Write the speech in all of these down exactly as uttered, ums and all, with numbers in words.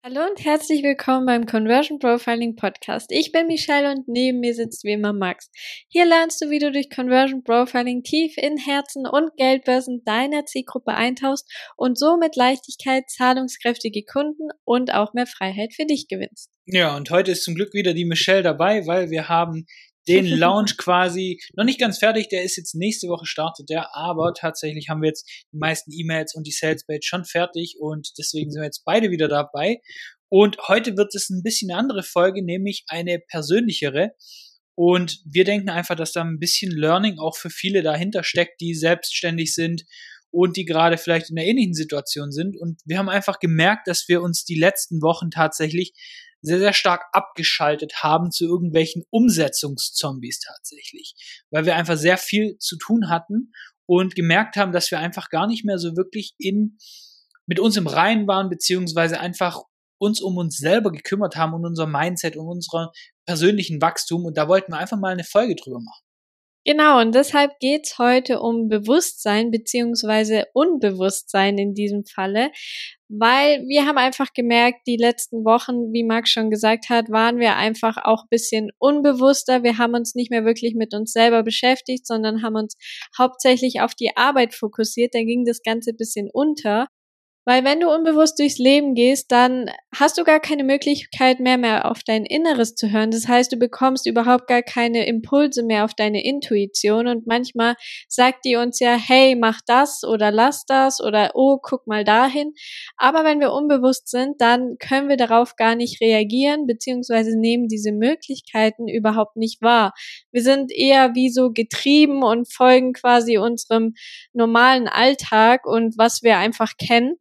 Hallo und herzlich willkommen beim Conversion Profiling Podcast. Ich bin Michelle und neben mir sitzt wie immer Max. Hier lernst du, wie du durch Conversion Profiling tief in Herzen und Geldbörsen deiner Zielgruppe eintauchst und so mit Leichtigkeit zahlungskräftige Kunden und auch mehr Freiheit für dich gewinnst. Ja, und heute ist zum Glück wieder die Michelle dabei, weil wir haben den Launch quasi noch nicht ganz fertig, der ist jetzt nächste Woche startet der, aber tatsächlich haben wir jetzt die meisten E-Mails und die Sales-Page schon fertig und deswegen sind wir jetzt beide wieder dabei. Und heute wird es ein bisschen eine andere Folge, nämlich eine persönlichere. Und wir denken einfach, dass da ein bisschen Learning auch für viele dahinter steckt, die selbstständig sind und die gerade vielleicht in einer ähnlichen Situation sind. Und wir haben einfach gemerkt, dass wir uns die letzten Wochen tatsächlich sehr, sehr stark abgeschaltet haben zu irgendwelchen Umsetzungszombies tatsächlich, weil wir einfach sehr viel zu tun hatten und gemerkt haben, dass wir einfach gar nicht mehr so wirklich in mit uns im Reinen waren, beziehungsweise einfach uns um uns selber gekümmert haben und unser Mindset und unser persönlichen Wachstum, und da wollten wir einfach mal eine Folge drüber machen. Genau, und deshalb geht's heute um Bewusstsein beziehungsweise Unbewusstsein in diesem Falle, weil wir haben einfach gemerkt, die letzten Wochen, wie Max schon gesagt hat, waren wir einfach auch ein bisschen unbewusster. Wir haben uns nicht mehr wirklich mit uns selber beschäftigt, sondern haben uns hauptsächlich auf die Arbeit fokussiert. Da ging das Ganze ein bisschen unter. Weil wenn du unbewusst durchs Leben gehst, dann hast du gar keine Möglichkeit mehr, mehr auf dein Inneres zu hören. Das heißt, du bekommst überhaupt gar keine Impulse mehr auf deine Intuition und manchmal sagt die uns ja, hey, mach das oder lass das oder oh, guck mal dahin. Aber wenn wir unbewusst sind, dann können wir darauf gar nicht reagieren, beziehungsweise nehmen diese Möglichkeiten überhaupt nicht wahr. Wir sind eher wie so getrieben und folgen quasi unserem normalen Alltag und was wir einfach kennen.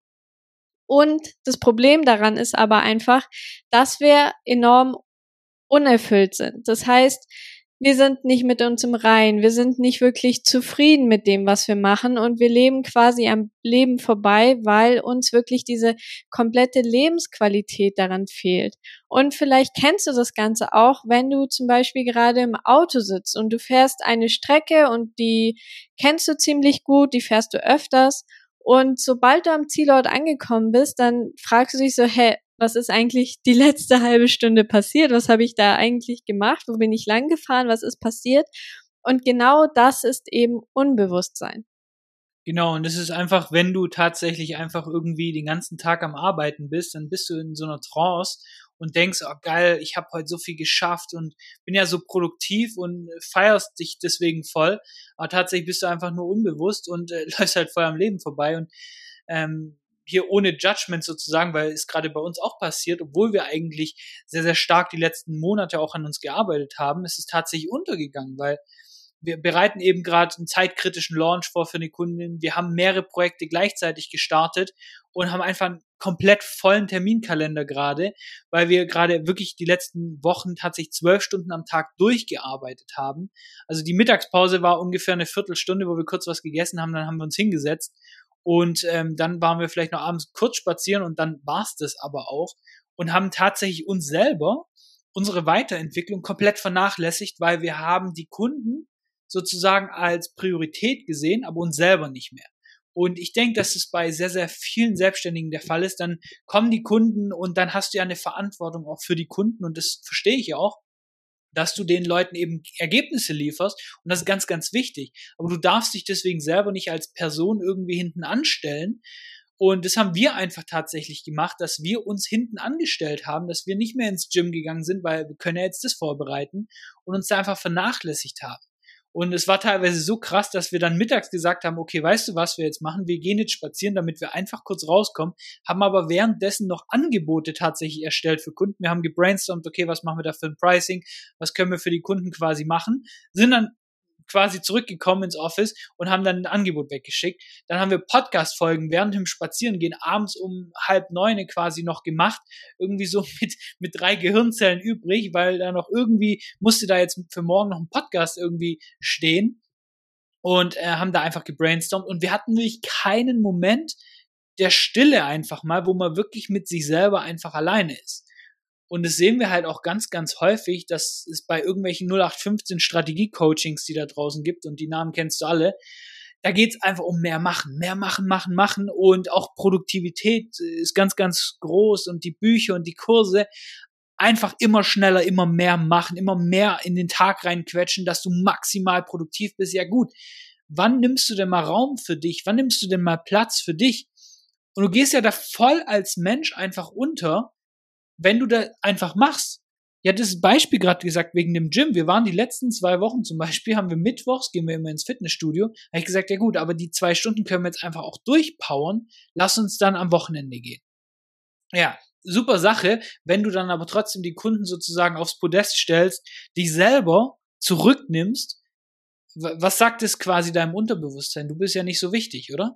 Und das Problem daran ist aber einfach, dass wir enorm unerfüllt sind. Das heißt, wir sind nicht mit uns im Reinen, wir sind nicht wirklich zufrieden mit dem, was wir machen und wir leben quasi am Leben vorbei, weil uns wirklich diese komplette Lebensqualität daran fehlt. Und vielleicht kennst du das Ganze auch, wenn du zum Beispiel gerade im Auto sitzt und du fährst eine Strecke und die kennst du ziemlich gut, die fährst du öfters. Und sobald du am Zielort angekommen bist, dann fragst du dich so, hä, was ist eigentlich die letzte halbe Stunde passiert? Was habe ich da eigentlich gemacht? Wo bin ich lang gefahren? Was ist passiert? Und genau das ist eben Unbewusstsein. Genau, und das ist einfach, wenn du tatsächlich einfach irgendwie den ganzen Tag am Arbeiten bist, dann bist du in so einer Trance und denkst, oh geil, ich habe heute so viel geschafft und bin ja so produktiv und feierst dich deswegen voll, aber tatsächlich bist du einfach nur unbewusst und äh, läufst halt voll am Leben vorbei und ähm, hier ohne Judgment sozusagen, weil es gerade bei uns auch passiert, obwohl wir eigentlich sehr, sehr stark die letzten Monate auch an uns gearbeitet haben, ist es tatsächlich untergegangen, weil wir bereiten eben gerade einen zeitkritischen Launch vor für eine Kundin. Wir haben mehrere Projekte gleichzeitig gestartet und haben einfach einen komplett vollen Terminkalender gerade, weil wir gerade wirklich die letzten Wochen tatsächlich zwölf Stunden am Tag durchgearbeitet haben. Also die Mittagspause war ungefähr eine Viertelstunde, wo wir kurz was gegessen haben, dann haben wir uns hingesetzt und ähm, dann waren wir vielleicht noch abends kurz spazieren und dann war's das aber auch und haben tatsächlich uns selber, unsere Weiterentwicklung komplett vernachlässigt, weil wir haben die Kunden sozusagen als Priorität gesehen, aber uns selber nicht mehr. Und ich denke, dass es bei sehr, sehr vielen Selbstständigen der Fall ist. Dann kommen die Kunden und dann hast du ja eine Verantwortung auch für die Kunden und das verstehe ich auch, dass du den Leuten eben Ergebnisse lieferst und das ist ganz, ganz wichtig. Aber du darfst dich deswegen selber nicht als Person irgendwie hinten anstellen. Und das haben wir einfach tatsächlich gemacht, dass wir uns hinten angestellt haben, dass wir nicht mehr ins Gym gegangen sind, weil wir können ja jetzt das vorbereiten und uns da einfach vernachlässigt haben. Und es war teilweise so krass, dass wir dann mittags gesagt haben, okay, weißt du, was wir jetzt machen? Wir gehen jetzt spazieren, damit wir einfach kurz rauskommen, haben aber währenddessen noch Angebote tatsächlich erstellt für Kunden. Wir haben gebrainstormt, okay, was machen wir da für ein Pricing? Was können wir für die Kunden quasi machen? Sind dann quasi zurückgekommen ins Office und haben dann ein Angebot weggeschickt. Dann haben wir Podcast-Folgen während dem Spazierengehen abends um halb neun quasi noch gemacht, irgendwie so mit, mit drei Gehirnzellen übrig, weil da noch irgendwie musste da jetzt für morgen noch ein Podcast irgendwie stehen und äh, haben da einfach gebrainstormt und wir hatten wirklich keinen Moment der Stille einfach mal, wo man wirklich mit sich selber einfach alleine ist. Und das sehen wir halt auch ganz, ganz häufig, dass es bei irgendwelchen null acht fünfzehn Strategie-Coachings, die da draußen gibt, und die Namen kennst du alle, da geht's einfach um mehr machen, mehr machen, machen, machen und auch Produktivität ist ganz, ganz groß und die Bücher und die Kurse einfach immer schneller, immer mehr machen, immer mehr in den Tag reinquetschen, dass du maximal produktiv bist. Ja gut, wann nimmst du denn mal Raum für dich? Wann nimmst du denn mal Platz für dich? Und du gehst ja da voll als Mensch einfach unter, wenn du da einfach machst. Ja, das Beispiel gerade gesagt wegen dem Gym. Wir waren die letzten zwei Wochen zum Beispiel, haben wir mittwochs, gehen wir immer ins Fitnessstudio. Da habe ich gesagt, ja gut, aber die zwei Stunden können wir jetzt einfach auch durchpowern. Lass uns dann am Wochenende gehen. Ja, super Sache. Wenn du dann aber trotzdem die Kunden sozusagen aufs Podest stellst, dich selber zurücknimmst, was sagt es quasi deinem Unterbewusstsein? Du bist ja nicht so wichtig, oder?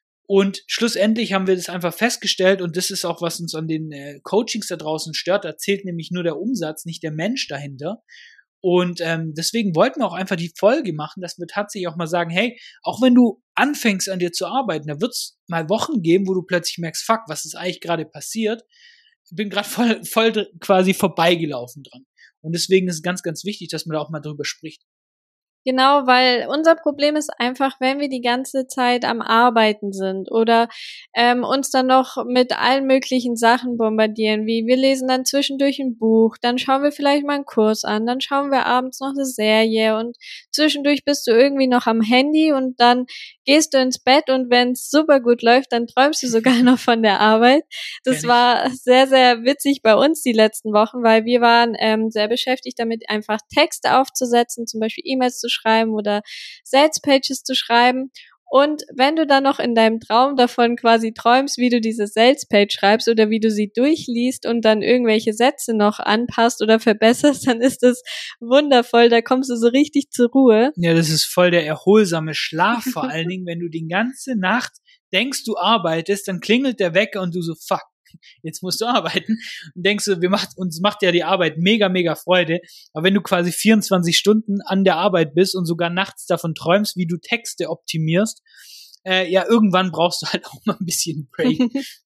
Und schlussendlich haben wir das einfach festgestellt und das ist auch, was uns an den äh, Coachings da draußen stört, da zählt nämlich nur der Umsatz, nicht der Mensch dahinter. Und ähm, deswegen wollten wir auch einfach die Folge machen, dass wir tatsächlich auch mal sagen, hey, auch wenn du anfängst an dir zu arbeiten, da wird es mal Wochen geben, wo du plötzlich merkst, fuck, was ist eigentlich gerade passiert? Ich bin gerade voll, voll quasi vorbeigelaufen dran. Und deswegen ist es ganz, ganz wichtig, dass man da auch mal drüber spricht. Genau, weil unser Problem ist einfach, wenn wir die ganze Zeit am Arbeiten sind oder ähm, uns dann noch mit allen möglichen Sachen bombardieren, wie wir lesen dann zwischendurch ein Buch, dann schauen wir vielleicht mal einen Kurs an, dann schauen wir abends noch eine Serie und zwischendurch bist du irgendwie noch am Handy und dann gehst du ins Bett und wenn es super gut läuft, dann träumst du sogar noch von der Arbeit. Das war sehr, sehr witzig bei uns die letzten Wochen, weil wir waren ähm, sehr beschäftigt damit, einfach Texte aufzusetzen, zum Beispiel E-Mails zu schreiben oder Sales-Pages zu schreiben. Und wenn du dann noch in deinem Traum davon quasi träumst, wie du diese Sales-Page schreibst oder wie du sie durchliest und dann irgendwelche Sätze noch anpasst oder verbesserst, dann ist das wundervoll, da kommst du so richtig zur Ruhe. Ja, das ist voll der erholsame Schlaf, vor allen Dingen, wenn du die ganze Nacht denkst, du arbeitest, dann klingelt der Wecker und du so, fuck, jetzt musst du arbeiten und denkst du, wir macht, uns macht ja die Arbeit mega, mega Freude, aber wenn du quasi vierundzwanzig Stunden an der Arbeit bist und sogar nachts davon träumst, wie du Texte optimierst, äh, ja, irgendwann brauchst du halt auch mal ein bisschen Break.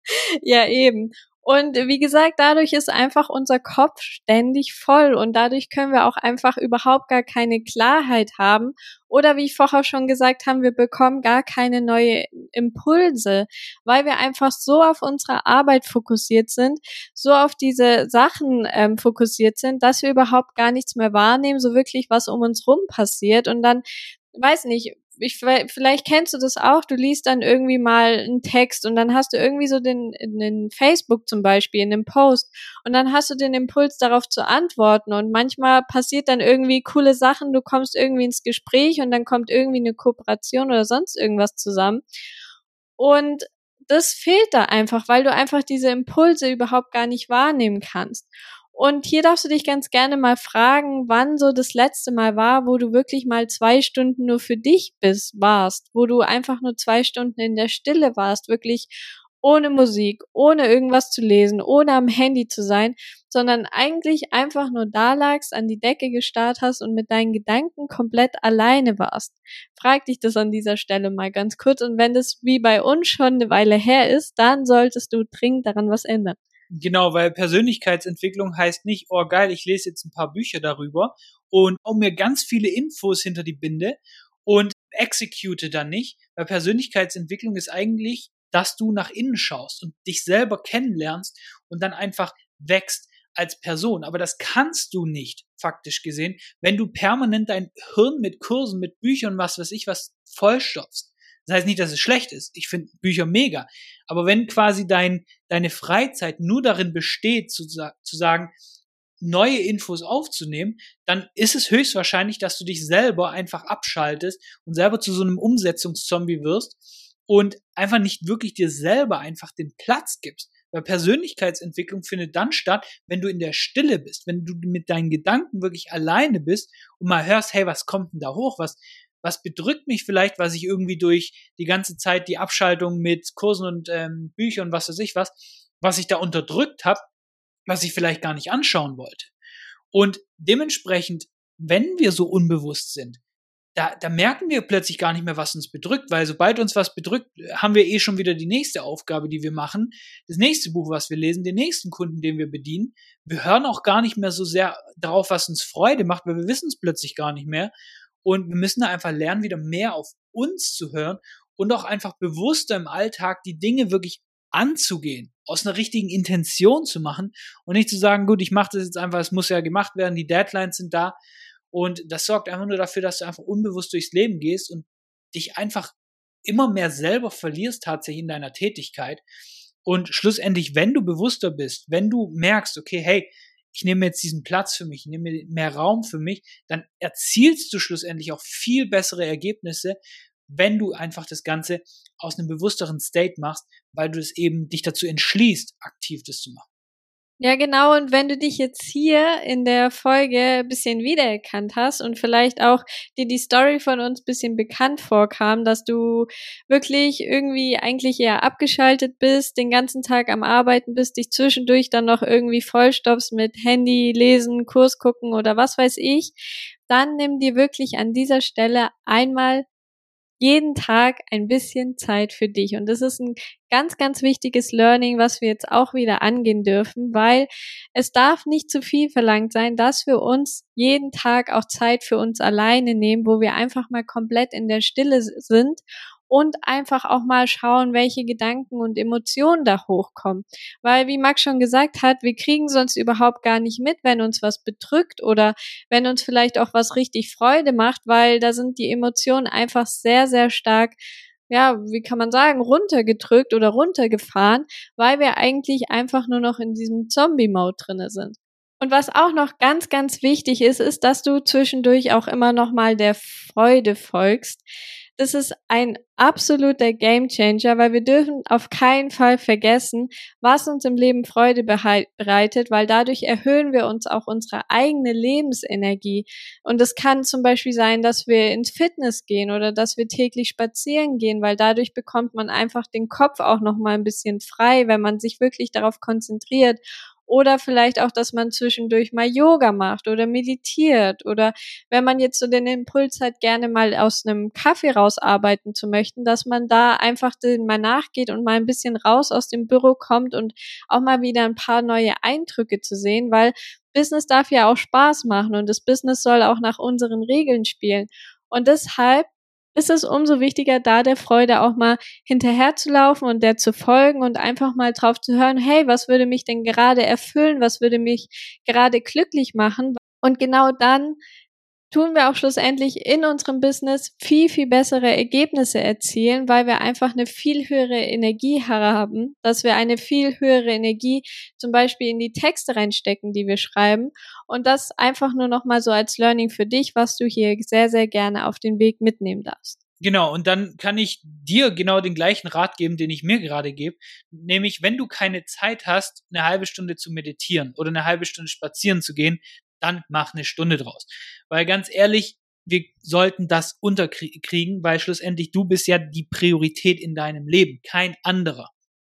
Ja, eben. Und wie gesagt, dadurch ist einfach unser Kopf ständig voll und dadurch können wir auch einfach überhaupt gar keine Klarheit haben oder wie ich vorher schon gesagt habe, wir bekommen gar keine neue Impulse, weil wir einfach so auf unsere Arbeit fokussiert sind, so auf diese Sachen ähm, fokussiert sind, dass wir überhaupt gar nichts mehr wahrnehmen, so wirklich was um uns rum passiert und dann, weiß nicht, ich, vielleicht kennst du das auch, du liest dann irgendwie mal einen Text und dann hast du irgendwie so den, in Facebook zum Beispiel, in einem Post und dann hast du den Impuls darauf zu antworten und manchmal passiert dann irgendwie coole Sachen, du kommst irgendwie ins Gespräch und dann kommt irgendwie eine Kooperation oder sonst irgendwas zusammen und das fehlt da einfach, weil du einfach diese Impulse überhaupt gar nicht wahrnehmen kannst. Und hier darfst du dich ganz gerne mal fragen, wann so das letzte Mal war, wo du wirklich mal zwei Stunden nur für dich bist, warst, wo du einfach nur zwei Stunden in der Stille warst, wirklich ohne Musik, ohne irgendwas zu lesen, ohne am Handy zu sein, sondern eigentlich einfach nur da lagst, an die Decke gestarrt hast und mit deinen Gedanken komplett alleine warst. Frag dich das an dieser Stelle mal ganz kurz und wenn das wie bei uns schon eine Weile her ist, dann solltest du dringend daran was ändern. Genau, weil Persönlichkeitsentwicklung heißt nicht, oh geil, ich lese jetzt ein paar Bücher darüber und hau mir ganz viele Infos hinter die Binde und execute dann nicht, weil Persönlichkeitsentwicklung ist eigentlich, dass du nach innen schaust und dich selber kennenlernst und dann einfach wächst als Person. Aber das kannst du nicht, faktisch gesehen, wenn du permanent dein Hirn mit Kursen, mit Büchern, was weiß ich, was vollstopfst. Das heißt nicht, dass es schlecht ist. Ich finde Bücher mega. Aber wenn quasi dein, deine Freizeit nur darin besteht, zu, zu sagen, neue Infos aufzunehmen, dann ist es höchstwahrscheinlich, dass du dich selber einfach abschaltest und selber zu so einem Umsetzungszombie wirst und einfach nicht wirklich dir selber einfach den Platz gibst. Weil Persönlichkeitsentwicklung findet dann statt, wenn du in der Stille bist, wenn du mit deinen Gedanken wirklich alleine bist und mal hörst, hey, was kommt denn da hoch? Was Was bedrückt mich vielleicht, was ich irgendwie durch die ganze Zeit die Abschaltung mit Kursen und ähm, Büchern, was weiß ich was, was ich da unterdrückt habe, was ich vielleicht gar nicht anschauen wollte. Und dementsprechend, wenn wir so unbewusst sind, da, da merken wir plötzlich gar nicht mehr, was uns bedrückt, weil sobald uns was bedrückt, haben wir eh schon wieder die nächste Aufgabe, die wir machen, das nächste Buch, was wir lesen, den nächsten Kunden, den wir bedienen. Wir hören auch gar nicht mehr so sehr darauf, was uns Freude macht, weil wir wissen es plötzlich gar nicht mehr. Und wir müssen da einfach lernen, wieder mehr auf uns zu hören und auch einfach bewusster im Alltag die Dinge wirklich anzugehen, aus einer richtigen Intention zu machen und nicht zu sagen, gut, ich mache das jetzt einfach, es muss ja gemacht werden, die Deadlines sind da. Und das sorgt einfach nur dafür, dass du einfach unbewusst durchs Leben gehst und dich einfach immer mehr selber verlierst tatsächlich in deiner Tätigkeit. Und schlussendlich, wenn du bewusster bist, wenn du merkst, okay, hey, ich nehme jetzt diesen Platz für mich, ich nehme mehr Raum für mich, dann erzielst du schlussendlich auch viel bessere Ergebnisse, wenn du einfach das Ganze aus einem bewussteren State machst, weil du es eben dich dazu entschließt, aktiv das zu machen. Ja, genau. Und wenn du dich jetzt hier in der Folge ein bisschen wiedererkannt hast und vielleicht auch dir die Story von uns ein bisschen bekannt vorkam, dass du wirklich irgendwie eigentlich eher abgeschaltet bist, den ganzen Tag am Arbeiten bist, dich zwischendurch dann noch irgendwie vollstopfst mit Handy, Lesen, Kurs gucken oder was weiß ich, dann nimm dir wirklich an dieser Stelle einmal jeden Tag ein bisschen Zeit für dich. Und das ist ein ganz, ganz wichtiges Learning, was wir jetzt auch wieder angehen dürfen, weil es darf nicht zu viel verlangt sein, dass wir uns jeden Tag auch Zeit für uns alleine nehmen, wo wir einfach mal komplett in der Stille sind und einfach auch mal schauen, welche Gedanken und Emotionen da hochkommen. Weil, wie Max schon gesagt hat, wir kriegen sonst überhaupt gar nicht mit, wenn uns was bedrückt oder wenn uns vielleicht auch was richtig Freude macht, weil da sind die Emotionen einfach sehr, sehr stark, ja, wie kann man sagen, runtergedrückt oder runtergefahren, weil wir eigentlich einfach nur noch in diesem Zombie-Mode drinne sind. Und was auch noch ganz, ganz wichtig ist, ist, dass du zwischendurch auch immer noch mal der Freude folgst. Das ist ein absoluter Gamechanger, weil wir dürfen auf keinen Fall vergessen, was uns im Leben Freude bereitet, weil dadurch erhöhen wir uns auch unsere eigene Lebensenergie. Und es kann zum Beispiel sein, dass wir ins Fitness gehen oder dass wir täglich spazieren gehen, weil dadurch bekommt man einfach den Kopf auch noch mal ein bisschen frei, wenn man sich wirklich darauf konzentriert. Oder vielleicht auch, dass man zwischendurch mal Yoga macht oder meditiert oder wenn man jetzt so den Impuls hat, gerne mal aus einem Kaffee rausarbeiten zu möchten, dass man da einfach den mal nachgeht und mal ein bisschen raus aus dem Büro kommt und auch mal wieder ein paar neue Eindrücke zu sehen, weil Business darf ja auch Spaß machen und das Business soll auch nach unseren Regeln spielen. Und deshalb ist es umso wichtiger, da der Freude auch mal hinterherzulaufen und der zu folgen und einfach mal drauf zu hören, hey, was würde mich denn gerade erfüllen, was würde mich gerade glücklich machen? Und genau dann tun wir auch schlussendlich in unserem Business viel, viel bessere Ergebnisse erzielen, weil wir einfach eine viel höhere Energie haben, dass wir eine viel höhere Energie zum Beispiel in die Texte reinstecken, die wir schreiben. Und das einfach nur noch mal so als Learning für dich, was du hier sehr, sehr gerne auf den Weg mitnehmen darfst. Genau, und dann kann ich dir genau den gleichen Rat geben, den ich mir gerade gebe, nämlich wenn du keine Zeit hast, eine halbe Stunde zu meditieren oder eine halbe Stunde spazieren zu gehen, dann mach eine Stunde draus. Weil ganz ehrlich, wir sollten das unterkriegen, weil schlussendlich du bist ja die Priorität in deinem Leben, kein anderer.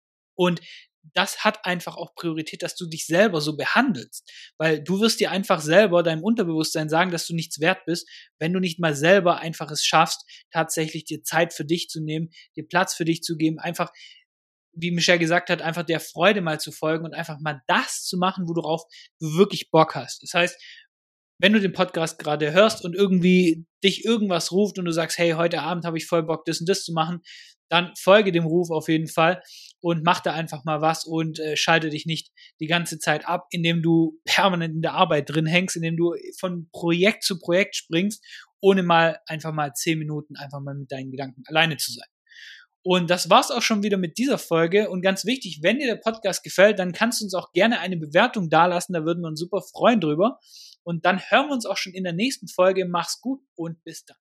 Und das hat einfach auch Priorität, dass du dich selber so behandelst, weil du wirst dir einfach selber, deinem Unterbewusstsein sagen, dass du nichts wert bist, wenn du nicht mal selber einfach es schaffst, tatsächlich dir Zeit für dich zu nehmen, dir Platz für dich zu geben, einfach, wie Michelle gesagt hat, einfach der Freude mal zu folgen und einfach mal das zu machen, worauf du wirklich Bock hast. Das heißt, wenn du den Podcast gerade hörst und irgendwie dich irgendwas ruft und du sagst, hey, heute Abend habe ich voll Bock, das und das zu machen, dann folge dem Ruf auf jeden Fall und mach da einfach mal was und äh, schalte dich nicht die ganze Zeit ab, indem du permanent in der Arbeit drin hängst, indem du von Projekt zu Projekt springst, ohne mal einfach mal zehn Minuten einfach mal mit deinen Gedanken alleine zu sein. Und das war's auch schon wieder mit dieser Folge. Und ganz wichtig, wenn dir der Podcast gefällt, dann kannst du uns auch gerne eine Bewertung dalassen. Da würden wir uns super freuen drüber. Und dann hören wir uns auch schon in der nächsten Folge. Mach's gut und bis dann.